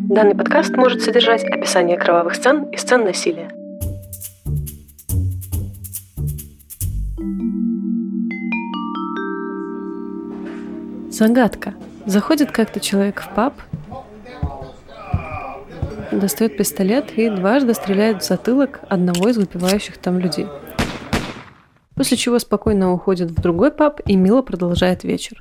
Данный подкаст может содержать описание кровавых сцен и сцен насилия. Загадка. Заходит как-то человек в паб, достает пистолет и дважды стреляет в затылок одного из выпивающих там людей. После чего спокойно уходит в другой паб и мило продолжает вечер.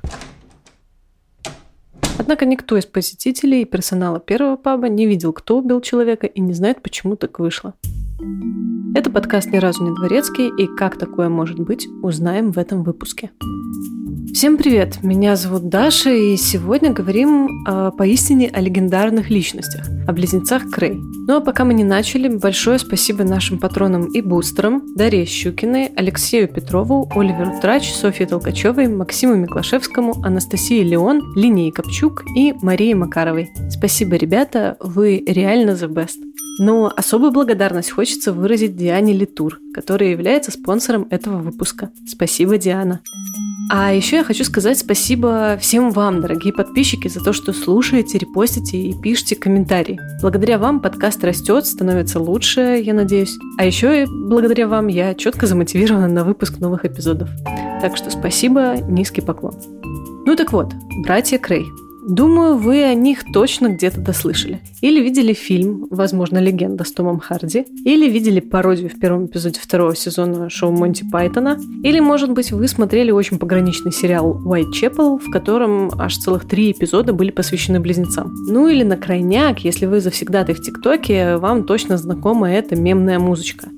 Однако никто из посетителей и персонала первого паба не видел, кто убил человека, и не знает, почему так вышло. Это подкаст «Ни разу не дворецкий», и как такое может быть, узнаем в этом выпуске. Всем привет! Меня зовут Даша, и сегодня говорим поистине о легендарных личностях, о близнецах Крэй. Ну а пока мы не начали, большое спасибо нашим патронам и бустерам: Дарье Щукиной, Алексею Петрову, Оливеру Трач, Софье Толкачевой, Максиму Миклашевскому, Анастасии Леон, Линии Копчук и Марии Макаровой. Спасибо, ребята, вы реально the best. Но особую благодарность хочется выразить Диане Литур, которая является спонсором этого выпуска. Спасибо, Диана. А еще я хочу сказать спасибо всем вам, дорогие подписчики, за то, что слушаете, репостите и пишете комментарии. Благодаря вам подкаст растет, становится лучше, я надеюсь. А еще и благодаря вам я четко замотивирована на выпуск новых эпизодов. Так что спасибо, низкий поклон. Ну так вот, братья Крэй. Думаю, вы о них точно где-то дослышали. Или видели фильм, возможно, «Легенда» с Томом Харди, или видели пародию в первом эпизоде второго сезона шоу Монти Пайтона, или, может быть, вы смотрели очень пограничный сериал «Уайтчепел», в котором аж целых 3 эпизода были посвящены близнецам. Ну или на крайняк, если вы завсегдатай в ТикТоке, вам точно знакома эта мемная музычка.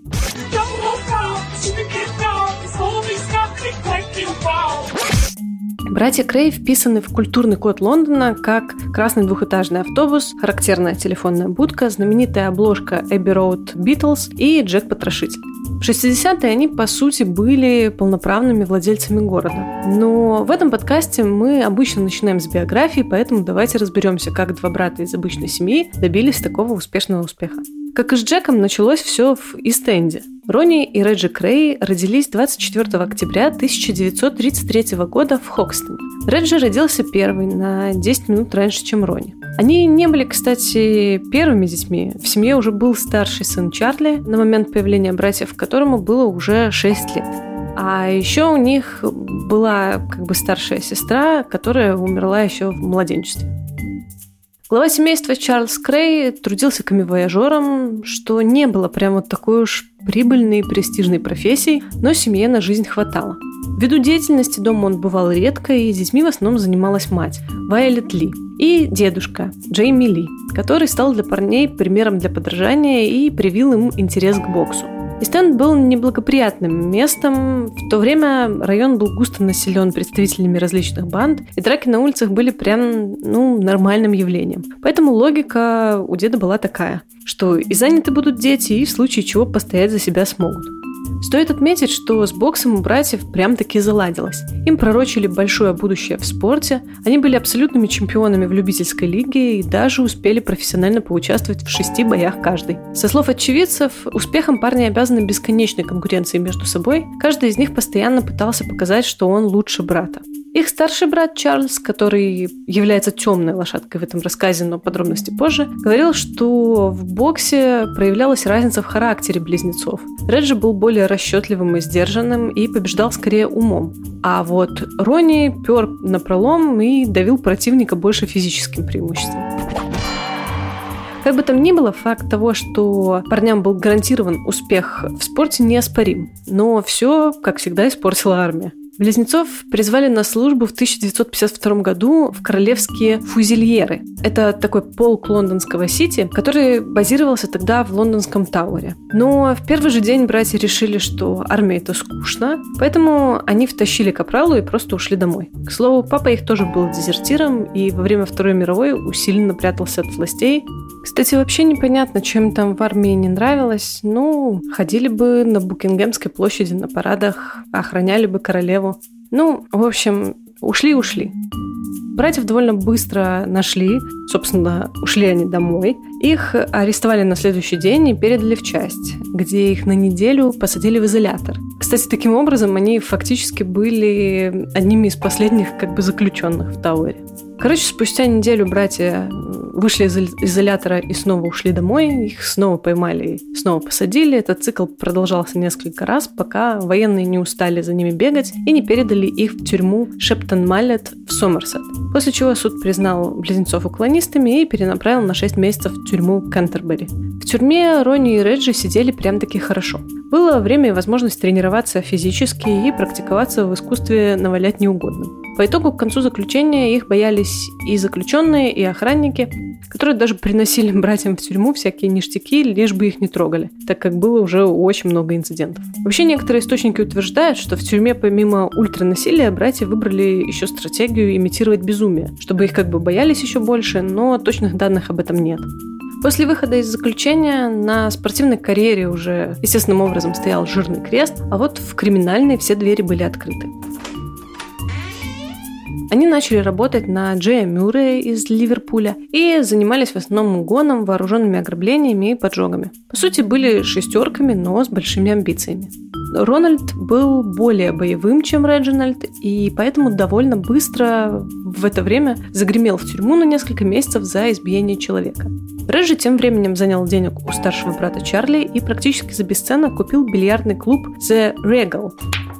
Братья Крэй вписаны в культурный код Лондона как красный двухэтажный автобус, характерная телефонная будка, знаменитая обложка Abbey Road Beatles и Джек Потрошитель. В 60-е они, по сути, были полноправными владельцами города. Но в этом подкасте мы обычно начинаем с биографии, поэтому давайте разберемся, как два брата из обычной семьи добились такого успешного успеха. Как и с Джеком, началось все в Ист-Энде. Ронни и Реджи Крэй родились 24 октября 1933 года в Хокстоне. Реджи родился первый, на 10 минут раньше, чем Ронни. Они не были, кстати, первыми детьми. В семье уже был старший сын Чарли на момент появления братьев, которому было уже 6 лет. А еще у них была старшая сестра, которая умерла еще в младенчестве. Глава семейства Чарльз Крэй трудился камевояжером, что не было прямо такой уж прибыльной и престижной профессией, но семье на жизнь хватало. Ввиду деятельности дома он бывал редко, и детьми в основном занималась мать Вайолет Ли и дедушка Джейми Ли, который стал для парней примером для подражания и привил им интерес к боксу. Ист-Энд был неблагоприятным местом. В то время район был густо населен представителями различных банд, и драки на улицах были прям, нормальным явлением. Поэтому логика у деда была такая, что и заняты будут дети, и в случае чего постоять за себя смогут. Стоит отметить, что с боксом у братьев прям-таки заладилось. Им пророчили большое будущее в спорте, они были абсолютными чемпионами в любительской лиге и даже успели профессионально поучаствовать в 6 боях каждый. Со слов очевидцев, успехом парни обязаны бесконечной конкуренцией между собой. Каждый из них постоянно пытался показать, что он лучше брата. Их старший брат Чарльз, который является темной лошадкой в этом рассказе, но подробности позже, говорил, что в боксе проявлялась разница в характере близнецов. Реджи был более расчетливым и сдержанным и побеждал скорее умом. А вот Ронни пер напролом и давил противника больше физическим преимуществом. Как бы там ни было, факт того, что парням был гарантирован успех в спорте, неоспорим. Но все, как всегда, испортила армия. Близнецов призвали на службу в 1952 году в королевские фузильеры. Это такой полк лондонского сити, который базировался тогда в лондонском Тауэре. Но в первый же день братья решили, что армия это скучно, поэтому они втащили капралу и просто ушли домой. К слову, папа их тоже был дезертиром и во время Второй мировой усиленно прятался от властей. Кстати, вообще непонятно, чем там в армии не нравилось. Ходили бы на Букингемской площади на парадах, охраняли бы королеву. В общем, ушли. Братьев довольно быстро нашли. Собственно, ушли они домой. Их арестовали на следующий день и передали в часть, где их на неделю посадили в изолятор. Кстати, таким образом они фактически были одними из последних заключенных в Тауэре. Спустя неделю братья вышли из изолятора и снова ушли домой, их снова поймали и снова посадили. Этот цикл продолжался несколько раз, пока военные не устали за ними бегать и не передали их в тюрьму Шептон Маллет в Сомерсет. После чего суд признал близнецов уклонистами и перенаправил на 6 месяцев в тюрьму Кентербери. В тюрьме Ронни и Реджи сидели прям-таки хорошо. Было время и возможность тренироваться физически и практиковаться в искусстве навалять неугодным. По итогу, к концу заключения их боялись и заключенные, и охранники, которые даже приносили братьям в тюрьму всякие ништяки, лишь бы их не трогали, так как было уже очень много инцидентов. Вообще, некоторые источники утверждают, что в тюрьме помимо ультранасилия братья выбрали еще стратегию имитировать безумие, чтобы их как бы боялись еще больше, но точных данных об этом нет. После выхода из заключения на спортивной карьере уже естественным образом стоял жирный крест, а вот в криминальной все двери были открыты. Они начали работать на Джея Мюррея из Ливерпуля и занимались в основном угоном, вооруженными ограблениями и поджогами. По сути, были шестерками, но с большими амбициями. Рональд был более боевым, чем Реджинальд, и поэтому довольно быстро в это время загремел в тюрьму на несколько месяцев за избиение человека. Реджи тем временем занял денег у старшего брата Чарли и практически за бесценок купил бильярдный клуб The Regal.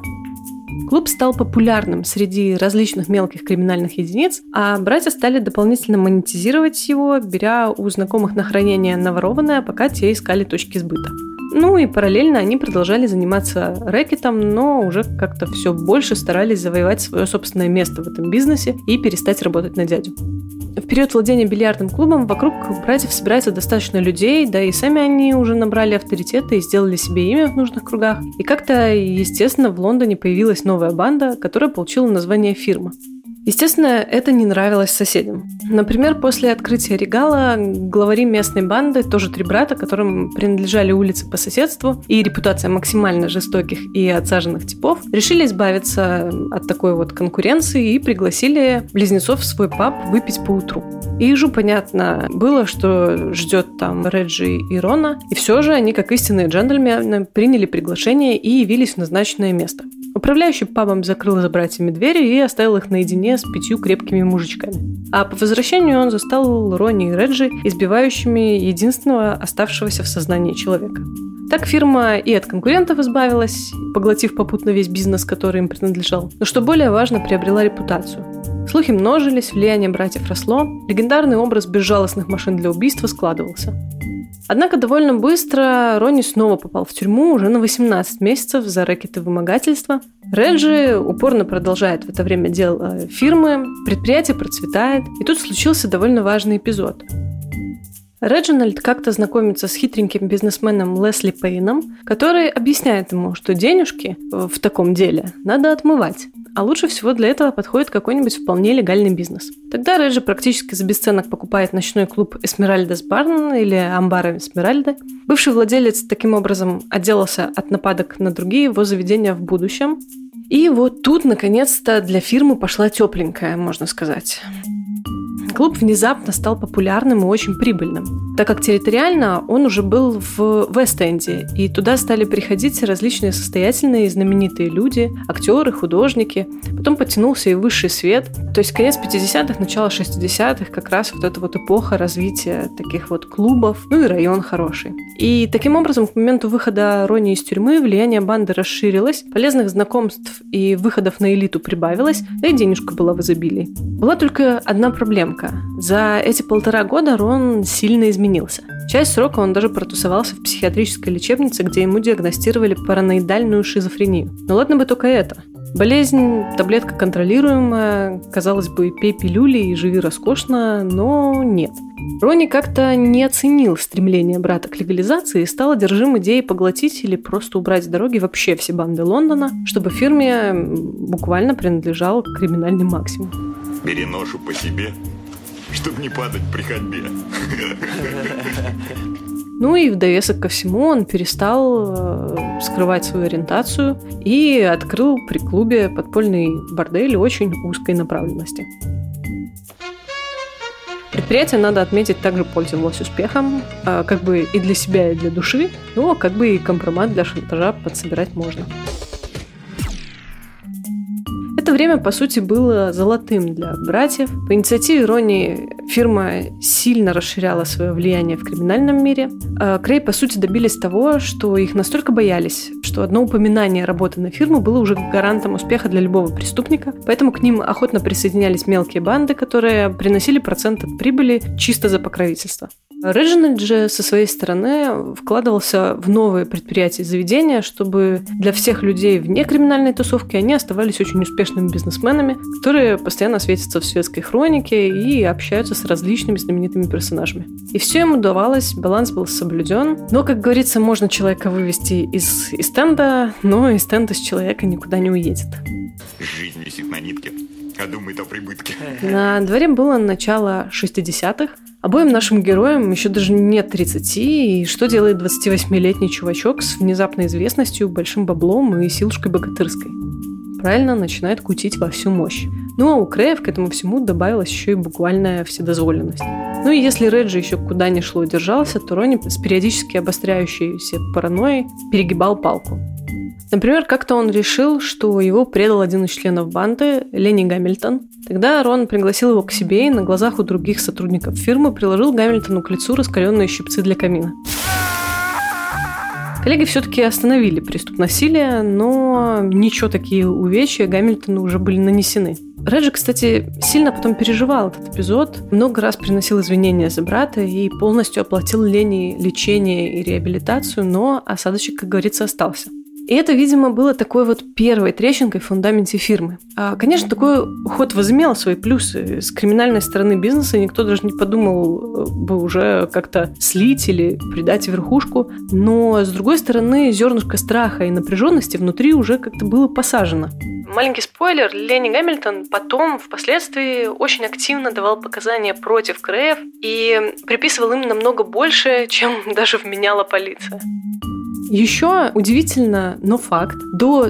Клуб стал популярным среди различных мелких криминальных единиц, а братья стали дополнительно монетизировать его, беря у знакомых на хранение наворованное, пока те искали точки сбыта. Ну и параллельно они продолжали заниматься рэкетом, но уже как-то все больше старались завоевать свое собственное место в этом бизнесе и перестать работать на дядю. В период владения бильярдным клубом вокруг братьев собирается достаточно людей, да и сами они уже набрали авторитета и сделали себе имя в нужных кругах. И как-то, естественно, в Лондоне появилась новая банда, которая получила название «Фирма». Естественно, это не нравилось соседям. Например, после открытия Регала главари местной банды, тоже 3 брата, которым принадлежали улицы по соседству и репутация максимально жестоких и отсаженных типов, решили избавиться от такой вот конкуренции и пригласили близнецов в свой паб выпить по утру. И Ижу понятно было, что ждет там Реджи и Рона, и все же они, как истинные джентльмены, приняли приглашение и явились в назначенное место. Управляющий пабом закрыл за братьями двери и оставил их наедине с 5 крепкими мужичками. А по возвращению он застал Ронни и Реджи избивающими единственного оставшегося в сознании человека. Так фирма и от конкурентов избавилась, поглотив попутно весь бизнес, который им принадлежал, но что более важно, приобрела репутацию. Слухи множились, влияние братьев росло, легендарный образ безжалостных машин для убийства складывался. Однако довольно быстро Ронни снова попал в тюрьму уже на 18 месяцев за рэкет и вымогательство. Реджи упорно продолжает в это время дело фирмы, предприятие процветает, и тут случился довольно важный эпизод. Реджинальд как-то знакомится с хитреньким бизнесменом Лесли Пейном, который объясняет ему, что денежки в таком деле надо отмывать, а лучше всего для этого подходит какой-нибудь вполне легальный бизнес. Тогда Реджи практически за бесценок покупает ночной клуб Эсмеральдас Барн или Амбара Эсмеральда. Бывший владелец таким образом отделался от нападок на другие его заведения в будущем. И вот тут, наконец-то, для фирмы пошла тепленькая, можно сказать. Клуб внезапно стал популярным и очень прибыльным, так как территориально он уже был в Вест-Энде, и туда стали приходить различные состоятельные и знаменитые люди, актеры, художники. Потом подтянулся и высший свет. То есть конец 50-х, начало 60-х, как раз вот эта вот эпоха развития таких вот клубов, ну и район хороший. И таким образом, к моменту выхода Ронни из тюрьмы влияние банды расширилось, полезных знакомств и выходов на элиту прибавилось, да и денежка была в изобилии. Была только одна проблемка. За эти 1,5 года Рон сильно изменился. Часть срока он даже протусовался в психиатрической лечебнице, где ему диагностировали параноидальную шизофрению. Но ладно бы только это. Болезнь, таблетка контролируемая, казалось бы, пей пилюли и живи роскошно, но нет. Ронни как-то не оценил стремление брата к легализации и стал одержим идеей поглотить или просто убрать с дороги вообще все банды Лондона, чтобы фирме буквально принадлежал криминальный максимум. Бери ношу по себе, чтобы не падать при ходьбе. Ну и в довесок ко всему он перестал скрывать свою ориентацию и открыл при клубе подпольный бордель очень узкой направленности. Предприятие, надо отметить, также пользовалось успехом, как бы и для себя, и для души, но как бы и компромат для шантажа подсобирать можно. Это время, по сути, было золотым для братьев. По инициативе Ронни фирма сильно расширяла свое влияние в криминальном мире. Крэй, по сути, добились того, что их настолько боялись, что одно упоминание работы на фирму было уже гарантом успеха для любого преступника, поэтому к ним охотно присоединялись мелкие банды, которые приносили процент от прибыли чисто за покровительство. Реджинальд же со своей стороны вкладывался в новые предприятия и заведения, чтобы для всех людей вне криминальной тусовки они оставались очень успешными бизнесменами, которые постоянно светятся в светской хронике и общаются с различными знаменитыми персонажами. И все им удавалось, баланс был соблюден. Но, как говорится, можно человека вывести из стенда, но из стенда с человека никуда не уедет. Жизнь висит на нитке, а думает о прибытке. На дворе было начало 60-х. Обоим нашим героям еще даже нет 30, и что делает 28-летний чувачок с внезапной известностью, большим баблом и силушкой богатырской? Правильно, начинает кутить во всю мощь. Ну а у Крэев к этому всему добавилась еще и буквальная вседозволенность. Ну и если Реджи еще куда ни шло держался, то Ронни с периодически обостряющейся паранойей перегибал палку. Например, как-то он решил, что его предал один из членов банды, Ленни Гамильтон. Тогда Рон пригласил его к себе и на глазах у других сотрудников фирмы приложил Гамильтону к лицу раскаленные щипцы для камина. Коллеги все-таки остановили приступ насилия, но ничего, такие увечья Гамильтону уже были нанесены. Реджи, кстати, сильно потом переживал этот эпизод, много раз приносил извинения за брата и полностью оплатил Ленни лечение и реабилитацию, но осадочек, как говорится, остался. И это, видимо, было такой вот первой трещинкой в фундаменте фирмы. Конечно, такой уход возымел свои плюсы. С криминальной стороны бизнеса никто даже не подумал бы уже как-то слить или предать верхушку. Но, с другой стороны, зернышко страха и напряженности внутри уже как-то было посажено. Маленький спойлер, Ленни Гамильтон потом, впоследствии, очень активно давал показания против Крэев и приписывал им намного больше, чем даже вменяла полиция. Еще удивительно, но факт, до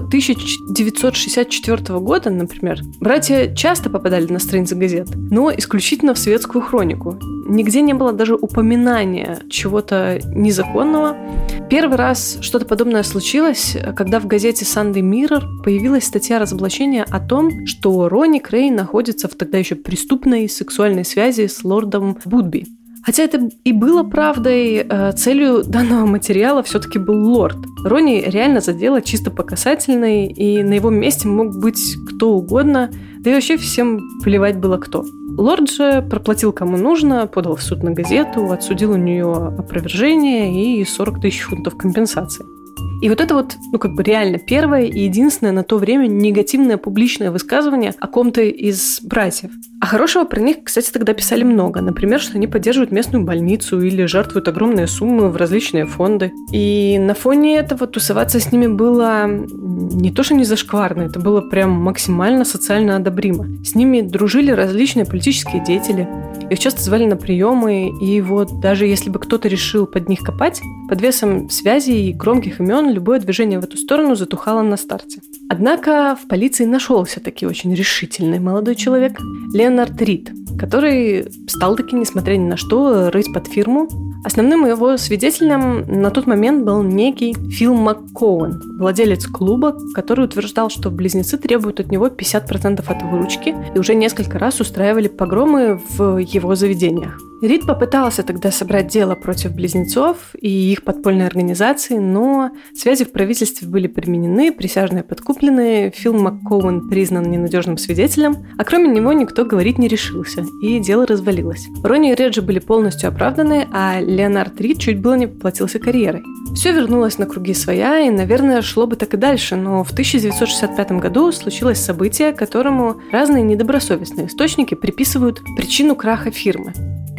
1964 года, например, братья часто попадали на страницы газет, но исключительно в светскую хронику. Нигде не было даже упоминания чего-то незаконного. Первый раз что-то подобное случилось, когда в газете Sunday Mirror появилась статья разоблачения о том, что Ронни Крэй находится в тогда еще преступной сексуальной связи с лордом Будби. Хотя это и было правдой, целью данного материала все-таки был лорд. Ронни реально задело чисто по касательной, и на его месте мог быть кто угодно, да и вообще всем плевать было кто. Лорд же проплатил кому нужно, подал в суд на газету, отсудил у нее опровержение и 40 тысяч фунтов компенсации. И вот это вот, реально первое и единственное на то время негативное публичное высказывание о ком-то из братьев. А хорошего про них, кстати, тогда писали много. Например, что они поддерживают местную больницу или жертвуют огромные суммы в различные фонды. И на фоне этого тусоваться с ними было не то что не зашкварно, это было прям максимально социально одобримо. С ними дружили различные политические деятели. Их часто звали на приемы, и вот даже если бы кто-то решил под них копать, под весом связей и громких имен любое движение в эту сторону затухало на старте. Однако в полиции нашелся таки очень решительный молодой человек Леонард Рид, который стал таки, несмотря ни на что, рыть под фирму. Основным его свидетелем на тот момент был некий Фил МакКоуэн, владелец клуба, который утверждал, что близнецы требуют от него 50% от выручки и уже несколько раз устраивали погромы в его заведениях. Рид попытался тогда собрать дело против близнецов и их подпольной организации, но связи в правительстве были применены, присяжные подкуплены, Фил МакКоуэн признан ненадежным свидетелем, а кроме него никто говорить не решился, и дело развалилось. Ронни и Реджи были полностью оправданы, а Леонард Рид чуть было не поплатился карьерой. Все вернулось на круги своя, и, наверное, шло бы так и дальше, но в 1965 году случилось событие, которому разные недобросовестные источники приписывают причину краха фирмы.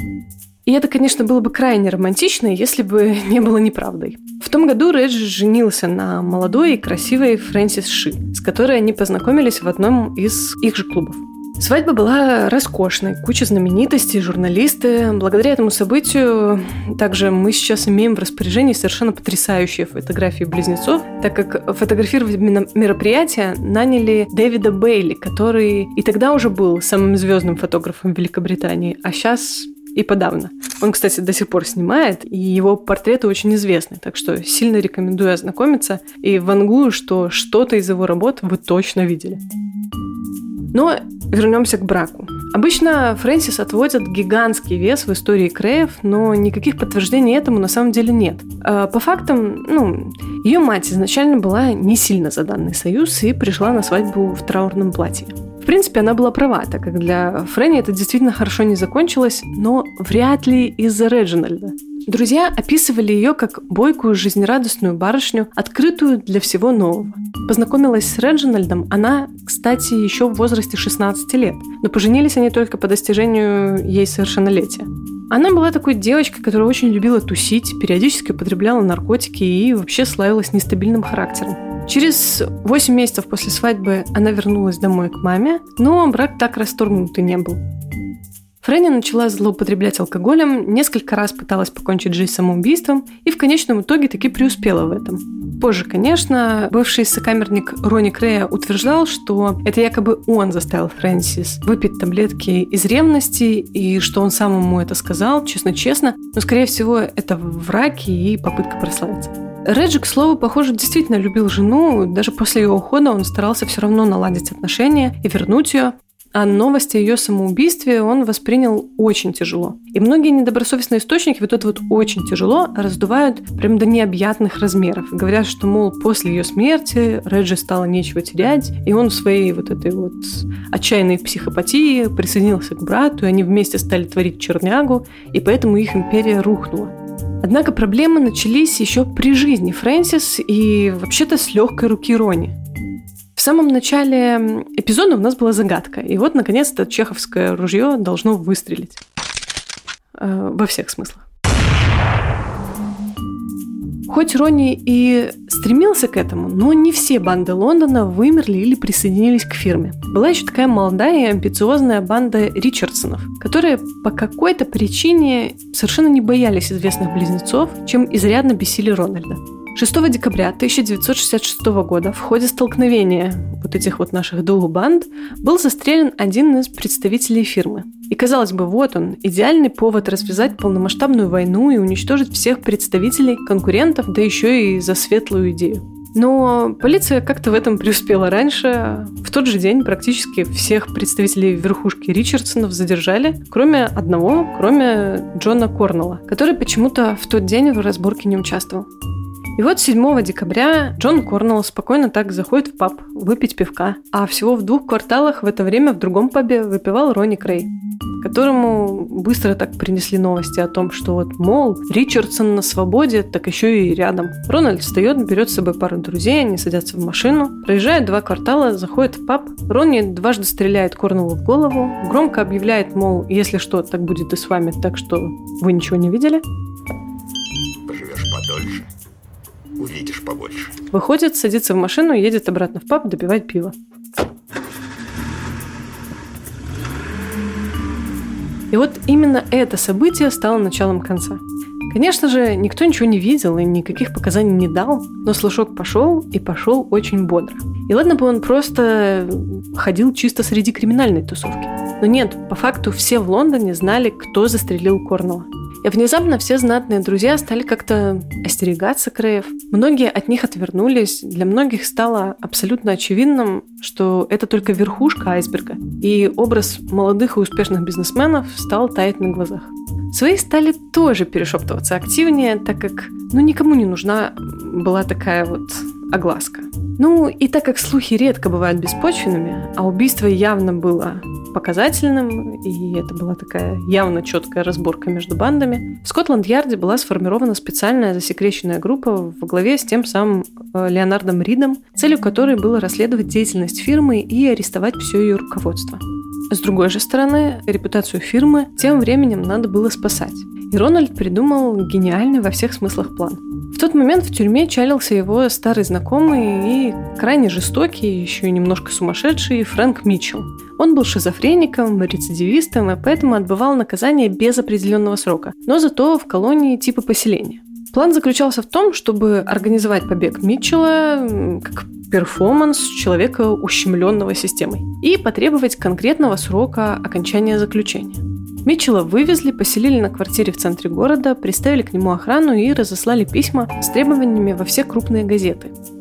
И это, конечно, было бы крайне романтично, если бы не было неправдой. В том году Реджи женился на молодой и красивой Фрэнсис Ши, с которой они познакомились в одном из их же клубов. Свадьба была роскошной, куча знаменитостей, журналисты. Благодаря этому событию также мы сейчас имеем в распоряжении совершенно потрясающие фотографии близнецов, так как фотографировать мероприятие наняли Дэвида Бейли, который и тогда уже был самым звездным фотографом Великобритании, а сейчас и подавно. Он, кстати, до сих пор снимает, и его портреты очень известны, так что сильно рекомендую ознакомиться и вангую, что что-то из его работ вы точно видели. Но вернемся к браку. Обычно Фрэнсис отводят гигантский вес в истории Крэев, но никаких подтверждений этому на самом деле нет. По фактам, ее мать изначально была не сильно за данный союз и пришла на свадьбу в траурном платье. В принципе, она была права, так как для Фрэнни это действительно хорошо не закончилось, но вряд ли из-за Реджинальда. Друзья описывали ее как бойкую, жизнерадостную барышню, открытую для всего нового. Познакомилась с Реджинальдом она, кстати, еще в возрасте 16 лет, но поженились они только по достижению ей совершеннолетия. Она была такой девочкой, которая очень любила тусить, периодически употребляла наркотики и вообще славилась нестабильным характером. Через 8 месяцев после свадьбы она вернулась домой к маме, но брак так расторгнут и не был. Фрэнни начала злоупотреблять алкоголем, несколько раз пыталась покончить жизнь самоубийством и в конечном итоге таки преуспела в этом. Позже, конечно, бывший сокамерник Ронни Крэя утверждал, что это якобы он заставил Фрэнсис выпить таблетки из ревности и что он сам ему это сказал, честно-честно, но, скорее всего, это враг и попытка прославиться. Реджи, к слову, похоже, действительно любил жену, даже после ее ухода он старался все равно наладить отношения и вернуть ее. А новости о ее самоубийстве он воспринял очень тяжело. И многие недобросовестные источники вот это вот очень тяжело раздувают прям до необъятных размеров. Говорят, что, мол, после ее смерти Реджи стало нечего терять, и он в своей вот этой вот отчаянной психопатии присоединился к брату, и они вместе стали творить чернягу, и поэтому их империя рухнула. Однако проблемы начались еще при жизни Фрэнсис и вообще-то с легкой руки Ронни. В самом начале эпизода у нас была загадка, и вот, наконец-то, чеховское ружье должно выстрелить. Во всех смыслах. Хоть Ронни и стремился к этому, но не все банды Лондона вымерли или присоединились к фирме. Была еще такая молодая и амбициозная банда Ричардсонов, которые по какой-то причине совершенно не боялись известных близнецов, чем изрядно бесили Рональда. 6 декабря 1966 года в ходе столкновения вот этих вот наших двух банд был застрелен один из представителей фирмы. И, казалось бы, вот он, идеальный повод развязать полномасштабную войну и уничтожить всех представителей конкурентов, да еще и за светлую идею. Но полиция как-то в этом преуспела раньше. В тот же день практически всех представителей верхушки Ричардсонов задержали, кроме одного, кроме Джона Корнелла, который почему-то в тот день в разборке не участвовал. И вот 7 декабря Джон Корнелл спокойно так заходит в паб выпить пивка, а всего в 2 кварталах в это время в другом пабе выпивал Ронни Крэй, которому быстро так принесли новости о том, что вот, мол, Ричардсон на свободе, так еще и рядом. Рональд встает, берет с собой пару друзей, они садятся в машину, проезжают 2 квартала, заходят в паб, Ронни дважды стреляет Корнеллу в голову, громко объявляет, мол, если что, так будет и с вами, так что вы ничего не видели. Поживешь подольше, увидишь побольше. Выходит, садится в машину, едет обратно в паб допивать пиво. И вот именно это событие стало началом конца. Конечно же, никто ничего не видел и никаких показаний не дал, но слушок пошел, и пошел очень бодро. И ладно бы он просто ходил чисто среди криминальной тусовки. Но нет, по факту все в Лондоне знали, кто застрелил Корнелла. И внезапно все знатные друзья стали как-то остерегаться Крэев. Многие от них отвернулись. Для многих стало абсолютно очевидным, что это только верхушка айсберга. И образ молодых и успешных бизнесменов стал таять на глазах. Свои стали тоже перешептываться активнее, так как никому не нужна была такая вот огласка. И так как слухи редко бывают беспочвенными, а убийство явно было показательным, и это была такая явно четкая разборка между бандами, в Скотланд-Ярде была сформирована специальная засекреченная группа во главе с тем самым Леонардом Ридом, целью которой было расследовать деятельность фирмы и арестовать все ее руководство. С другой же стороны, репутацию фирмы тем временем надо было спасать. И Рональд придумал гениальный во всех смыслах план. В тот момент в тюрьме чалился его старый знакомый и крайне жестокий, еще и немножко сумасшедший Фрэнк Митчелл. Он был шизофреником, рецидивистом и поэтому отбывал наказание без определенного срока, но зато в колонии типа поселения. План заключался в том, чтобы организовать побег Митчелла как перформанс человека, ущемленного системой, и потребовать конкретного срока окончания заключения. Митчелла вывезли, поселили на квартире в центре города, приставили к нему охрану и разослали письма с требованиями во все крупные газеты.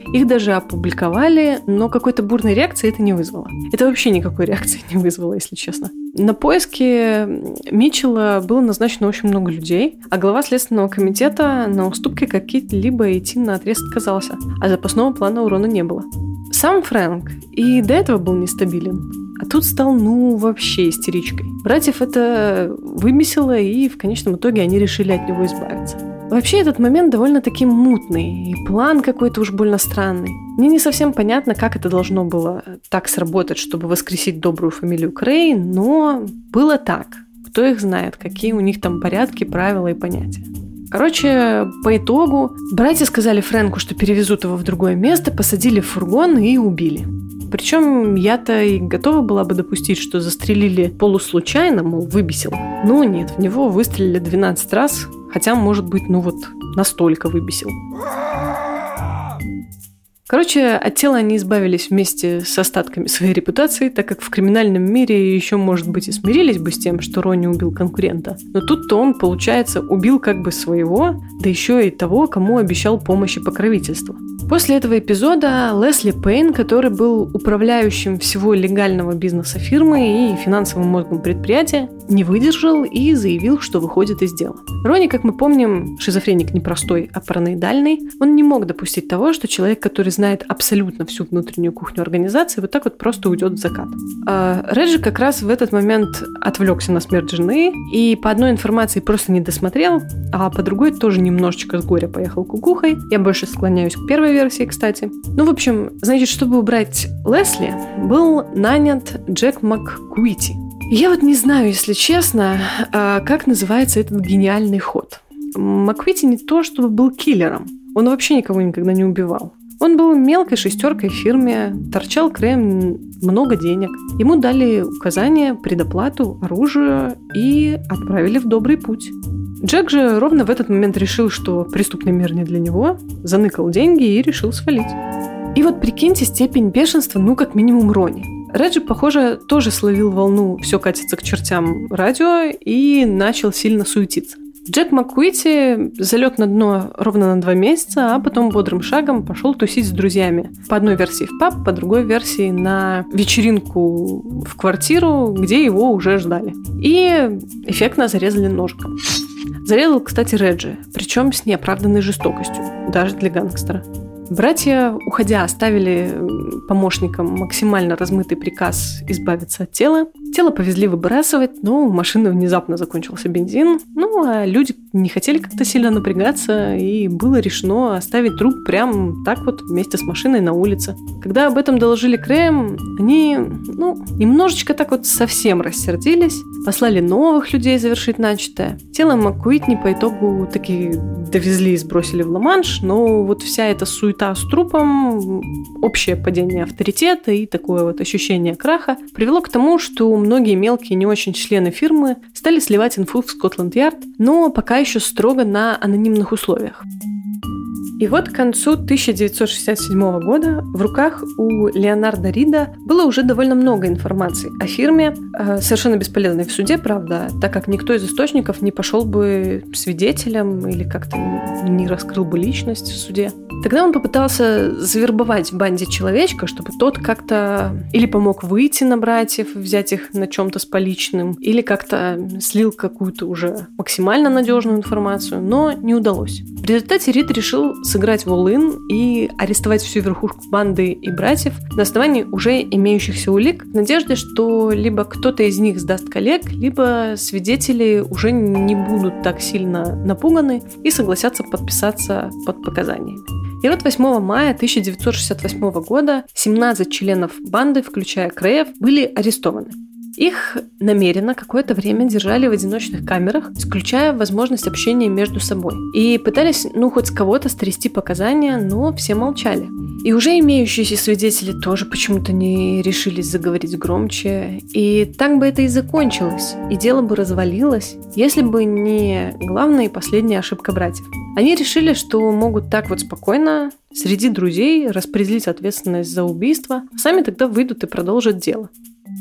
Их даже опубликовали, но какой-то бурной реакции это не вызвало. Это вообще никакой реакции не вызвало, если честно. На поиски Митчелла было назначено очень много людей, а глава Следственного комитета на уступки какие-либо идти наотрез отказался, а запасного плана у Рона не было. Сам Фрэнк и до этого был нестабилен, а тут стал, вообще истеричкой. Братьев это выбесило, и в конечном итоге они решили от него избавиться. Вообще этот момент довольно-таки мутный, и план какой-то уж больно странный. Мне не совсем понятно, как это должно было так сработать, чтобы воскресить добрую фамилию Крей, но было так. Кто их знает, какие у них там порядки, правила и понятия. Короче, по итогу братья сказали Фрэнку, что перевезут его в другое место, посадили в фургон и убили. Причем я-то и готова была бы допустить, что застрелили полуслучайно, мол, выбесил. Но нет, в него выстрелили 12 раз, хотя, может быть, настолько выбесил. Короче, от тела они избавились вместе с остатками своей репутации, так как в криминальном мире еще, может быть, и смирились бы с тем, что Ронни убил конкурента. Но тут-то он, получается, убил как бы своего, да еще и того, кому обещал помощь и покровительство. После этого эпизода Лесли Пейн, который был управляющим всего легального бизнеса фирмы и финансовым мозгом предприятия, не выдержал и заявил, что выходит из дела. Ронни, как мы помним, шизофреник не простой, а параноидальный. Он не мог допустить того, что человек, который знает абсолютно всю внутреннюю кухню организации, вот так вот просто уйдет в закат. Реджи как раз в этот момент отвлекся на смерть жены и по одной информации просто не досмотрел, а по другой тоже немножечко с горя поехал кукухой. Я больше склоняюсь к первой версии, кстати. В общем, значит, чтобы убрать Лесли, был нанят Джек МакКуити. Я не знаю, если честно, как называется этот гениальный ход. МакКуити не то чтобы был киллером, он вообще никого никогда не убивал. Он был мелкой шестеркой в фирме, торчал Крэем много денег. Ему дали указания, предоплату, оружие и отправили в добрый путь. Джек же ровно в этот момент решил, что преступный мир не для него, заныкал деньги и решил свалить. И прикиньте степень бешенства, как минимум Ронни. Реджи, похоже, тоже словил волну «все катится к чертям» радио и начал сильно суетиться. Джек МакКуити залег на дно ровно на 2 месяца, а потом бодрым шагом пошел тусить с друзьями. По одной версии в паб, по другой версии на вечеринку в квартиру, где его уже ждали. И эффектно зарезали ножиком. Зарезал, кстати, Реджи, причем с неоправданной жестокостью, даже для гангстера. Братья, уходя, оставили помощникам максимально размытый приказ избавиться от тела. Тело повезли выбрасывать, но у машины внезапно закончился бензин. А люди не хотели как-то сильно напрягаться, и было решено оставить труп прям так вместе с машиной на улице. Когда об этом доложили Крэем, они, немножечко так совсем рассердились, послали новых людей завершить начатое. Тело МакКуитни по итогу таки довезли и сбросили в Ла-Манш, но вся эта суета с трупом, общее падение авторитета и такое ощущение краха привело к тому, что многие мелкие не очень члены фирмы стали сливать инфу в Скотланд-Ярд, но пока еще строго на анонимных условиях. И к концу 1967 года в руках у Леонарда Рида было уже довольно много информации о фирме, совершенно бесполезной в суде, правда, так как никто из источников не пошел бы свидетелем или как-то не раскрыл бы личность в суде. Тогда он попытался завербовать в банде человечка, чтобы тот как-то или помог выйти на братьев, взять их на чем-то с поличным, или как-то слил какую-то уже максимально надежную информацию, но не удалось. В результате Рид решил сыграть в all-in и арестовать всю верхушку банды и братьев на основании уже имеющихся улик, в надежде, что либо кто-то из них сдаст коллег, либо свидетели уже не будут так сильно напуганы и согласятся подписаться под показаниями. И 8 мая 1968 года 17 членов банды, включая Крэев, были арестованы. Их намеренно какое-то время держали в одиночных камерах, исключая возможность общения между собой. И пытались, хоть с кого-то стрясти показания, но все молчали. И уже имеющиеся свидетели тоже почему-то не решились заговорить громче. И так бы это и закончилось, и дело бы развалилось, если бы не главная и последняя ошибка братьев. Они решили, что могут так спокойно среди друзей распределить ответственность за убийство, а сами тогда выйдут и продолжат дело.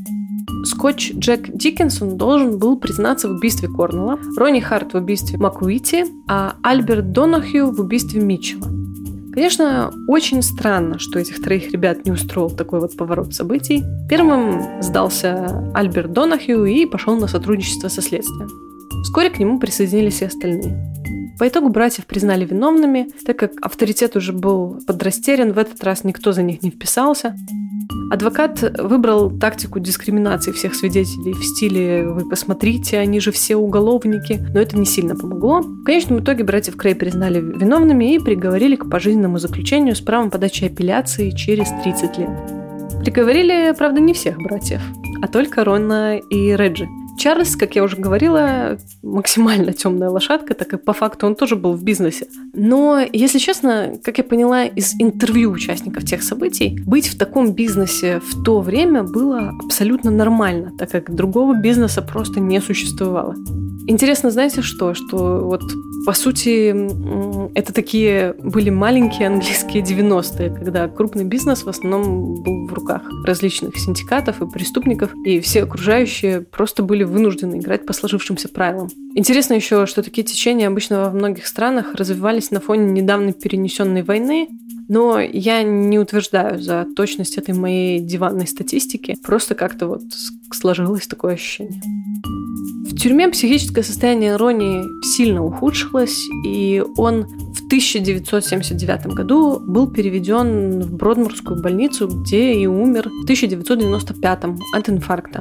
Скотч Джек Диккенсон должен был признаться в убийстве Корнелла, Ронни Харт в убийстве МакКуити, а Альберт Донахью в убийстве Митчелла. Конечно, очень странно, что этих троих ребят не устроил такой вот поворот событий. Первым сдался Альберт Донахью и пошел на сотрудничество со следствием. Вскоре к нему присоединились и остальные. По итогу братьев признали виновными, так как авторитет уже был подрастерян, в этот раз никто за них не вписался. Адвокат выбрал тактику дискриминации всех свидетелей в стиле «вы посмотрите, они же все уголовники», но это не сильно помогло. В конечном итоге братьев Крэй признали виновными и приговорили к пожизненному заключению с правом подачи апелляции через 30 лет. Приговорили, правда, не всех братьев, а только Рона и Реджи. Чарльз, как я уже говорила, максимально темная лошадка, так как по факту он тоже был в бизнесе. Но, если честно, как я поняла из интервью участников тех событий, быть в таком бизнесе в то время было абсолютно нормально, так как другого бизнеса просто не существовало. Интересно, знаете что? Что вот, по сути, это такие были маленькие английские 90-е, когда крупный бизнес в основном был в руках различных синдикатов и преступников, и все окружающие просто были вынуждены играть по сложившимся правилам. Интересно еще, что такие течения обычно во многих странах развивались на фоне недавно перенесенной войны, но я не утверждаю за точность этой моей диванной статистики, просто как-то вот сложилось такое ощущение. В тюрьме психическое состояние Рони сильно ухудшилось, и он в 1979 году был переведен в Бродмурскую больницу, где и умер в 1995 от инфаркта.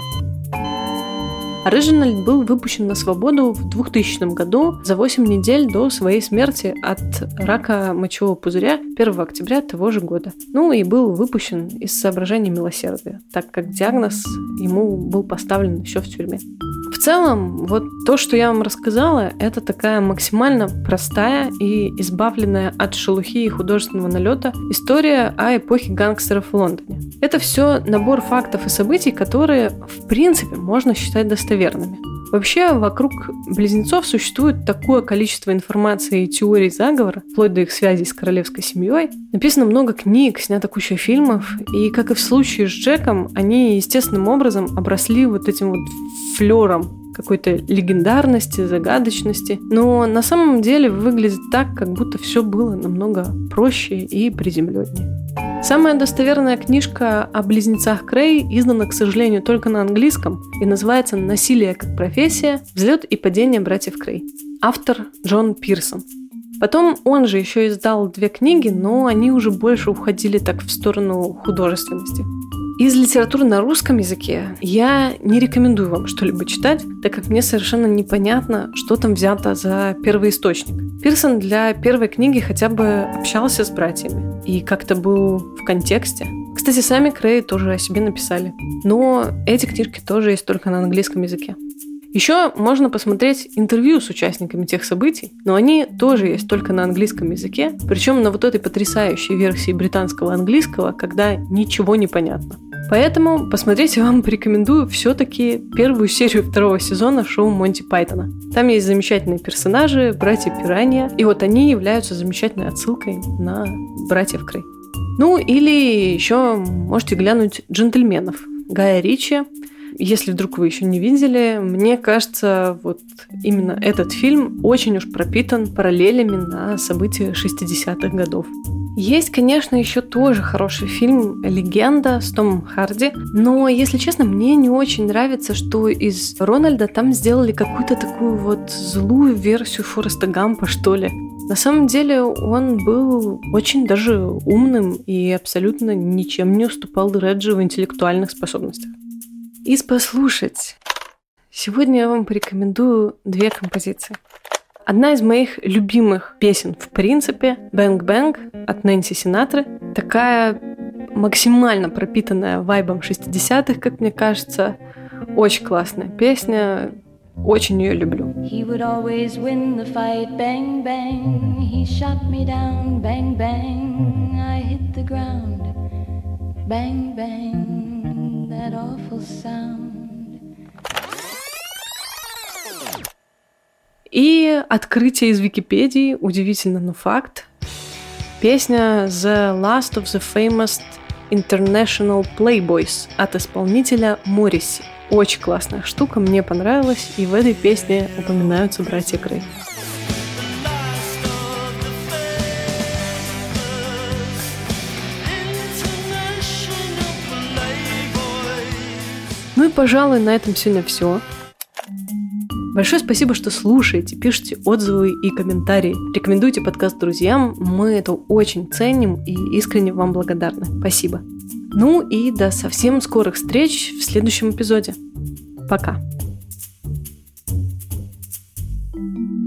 Реджинальд был выпущен на свободу в 2000 году за 8 недель до своей смерти от рака мочевого пузыря 1 октября того же года. Ну и был выпущен из соображений милосердия, так как диагноз ему был поставлен еще в тюрьме. В целом, вот то, что я вам рассказала, это такая максимально простая и избавленная от шелухи и художественного налета история о эпохе гангстеров в Лондоне. Это все набор фактов и событий, которые, в принципе, можно считать достоверными. Вообще, вокруг близнецов существует такое количество информации и теорий заговора, вплоть до их связей с королевской семьей. Написано много книг, снято куча фильмов, и, как и в случае с Джеком, они естественным образом обросли вот этим вот флером какой-то легендарности, загадочности. Но на самом деле выглядит так, как будто все было намного проще и приземленнее. Самая достоверная книжка о близнецах Крэй издана, к сожалению, только на английском и называется «Насилие как профессия. Взлет и падение братьев Крэй». Автор Джон Пирсон. Потом он же еще издал 2 книги, но они уже больше уходили так в сторону художественности. Из литературы на русском языке я не рекомендую вам что-либо читать, так как мне совершенно непонятно, что там взято за первоисточник. Пирсон для первой книги хотя бы общался с братьями и как-то был в контексте. Кстати, сами Крэй тоже о себе написали, но эти книжки тоже есть только на английском языке. Еще можно посмотреть интервью с участниками тех событий, но они тоже есть только на английском языке, причем на вот этой потрясающей версии британского английского, когда ничего не понятно. Поэтому посмотреть я вам порекомендую все-таки первую серию 2 сезона шоу Монти Пайтона. Там есть замечательные персонажи, братья Пиранья, и вот они являются замечательной отсылкой на братьев Крэй. Ну или еще можете глянуть «Джентльменов» Гая Ричи. Если вдруг вы еще не видели, мне кажется, вот именно этот фильм очень уж пропитан параллелями на события 60-х годов. Есть, конечно, еще тоже хороший фильм «Легенда» с Томом Харди, но, если честно, мне не очень нравится, что из Рональда там сделали какую-то такую вот злую версию Фореста Гампа, что ли. На самом деле он был очень даже умным и абсолютно ничем не уступал Реджи в интеллектуальных способностях. Из послушать. Сегодня я вам порекомендую 2 композиции. Одна из моих любимых песен в принципе «Bang Bang» от Нэнси Синатры. Такая максимально пропитанная вайбом 60-х, как мне кажется. Очень классная песня. Очень ее люблю. He would always win the fight, bang, bang. He shot me down, bang, bang. I hit the ground, bang, bang. That awful sound. И открытие из Википедии, удивительно, но факт. Песня The Last of the Famous International Playboys от исполнителя Морриси. Очень классная штука, мне понравилась, и в этой песне упоминаются братья Крэй. Ну и, пожалуй, на этом сегодня все. Большое спасибо, что слушаете, пишите отзывы и комментарии. Рекомендуйте подкаст друзьям, мы это очень ценим и искренне вам благодарны. Спасибо. Ну и до совсем скорых встреч в следующем эпизоде. Пока.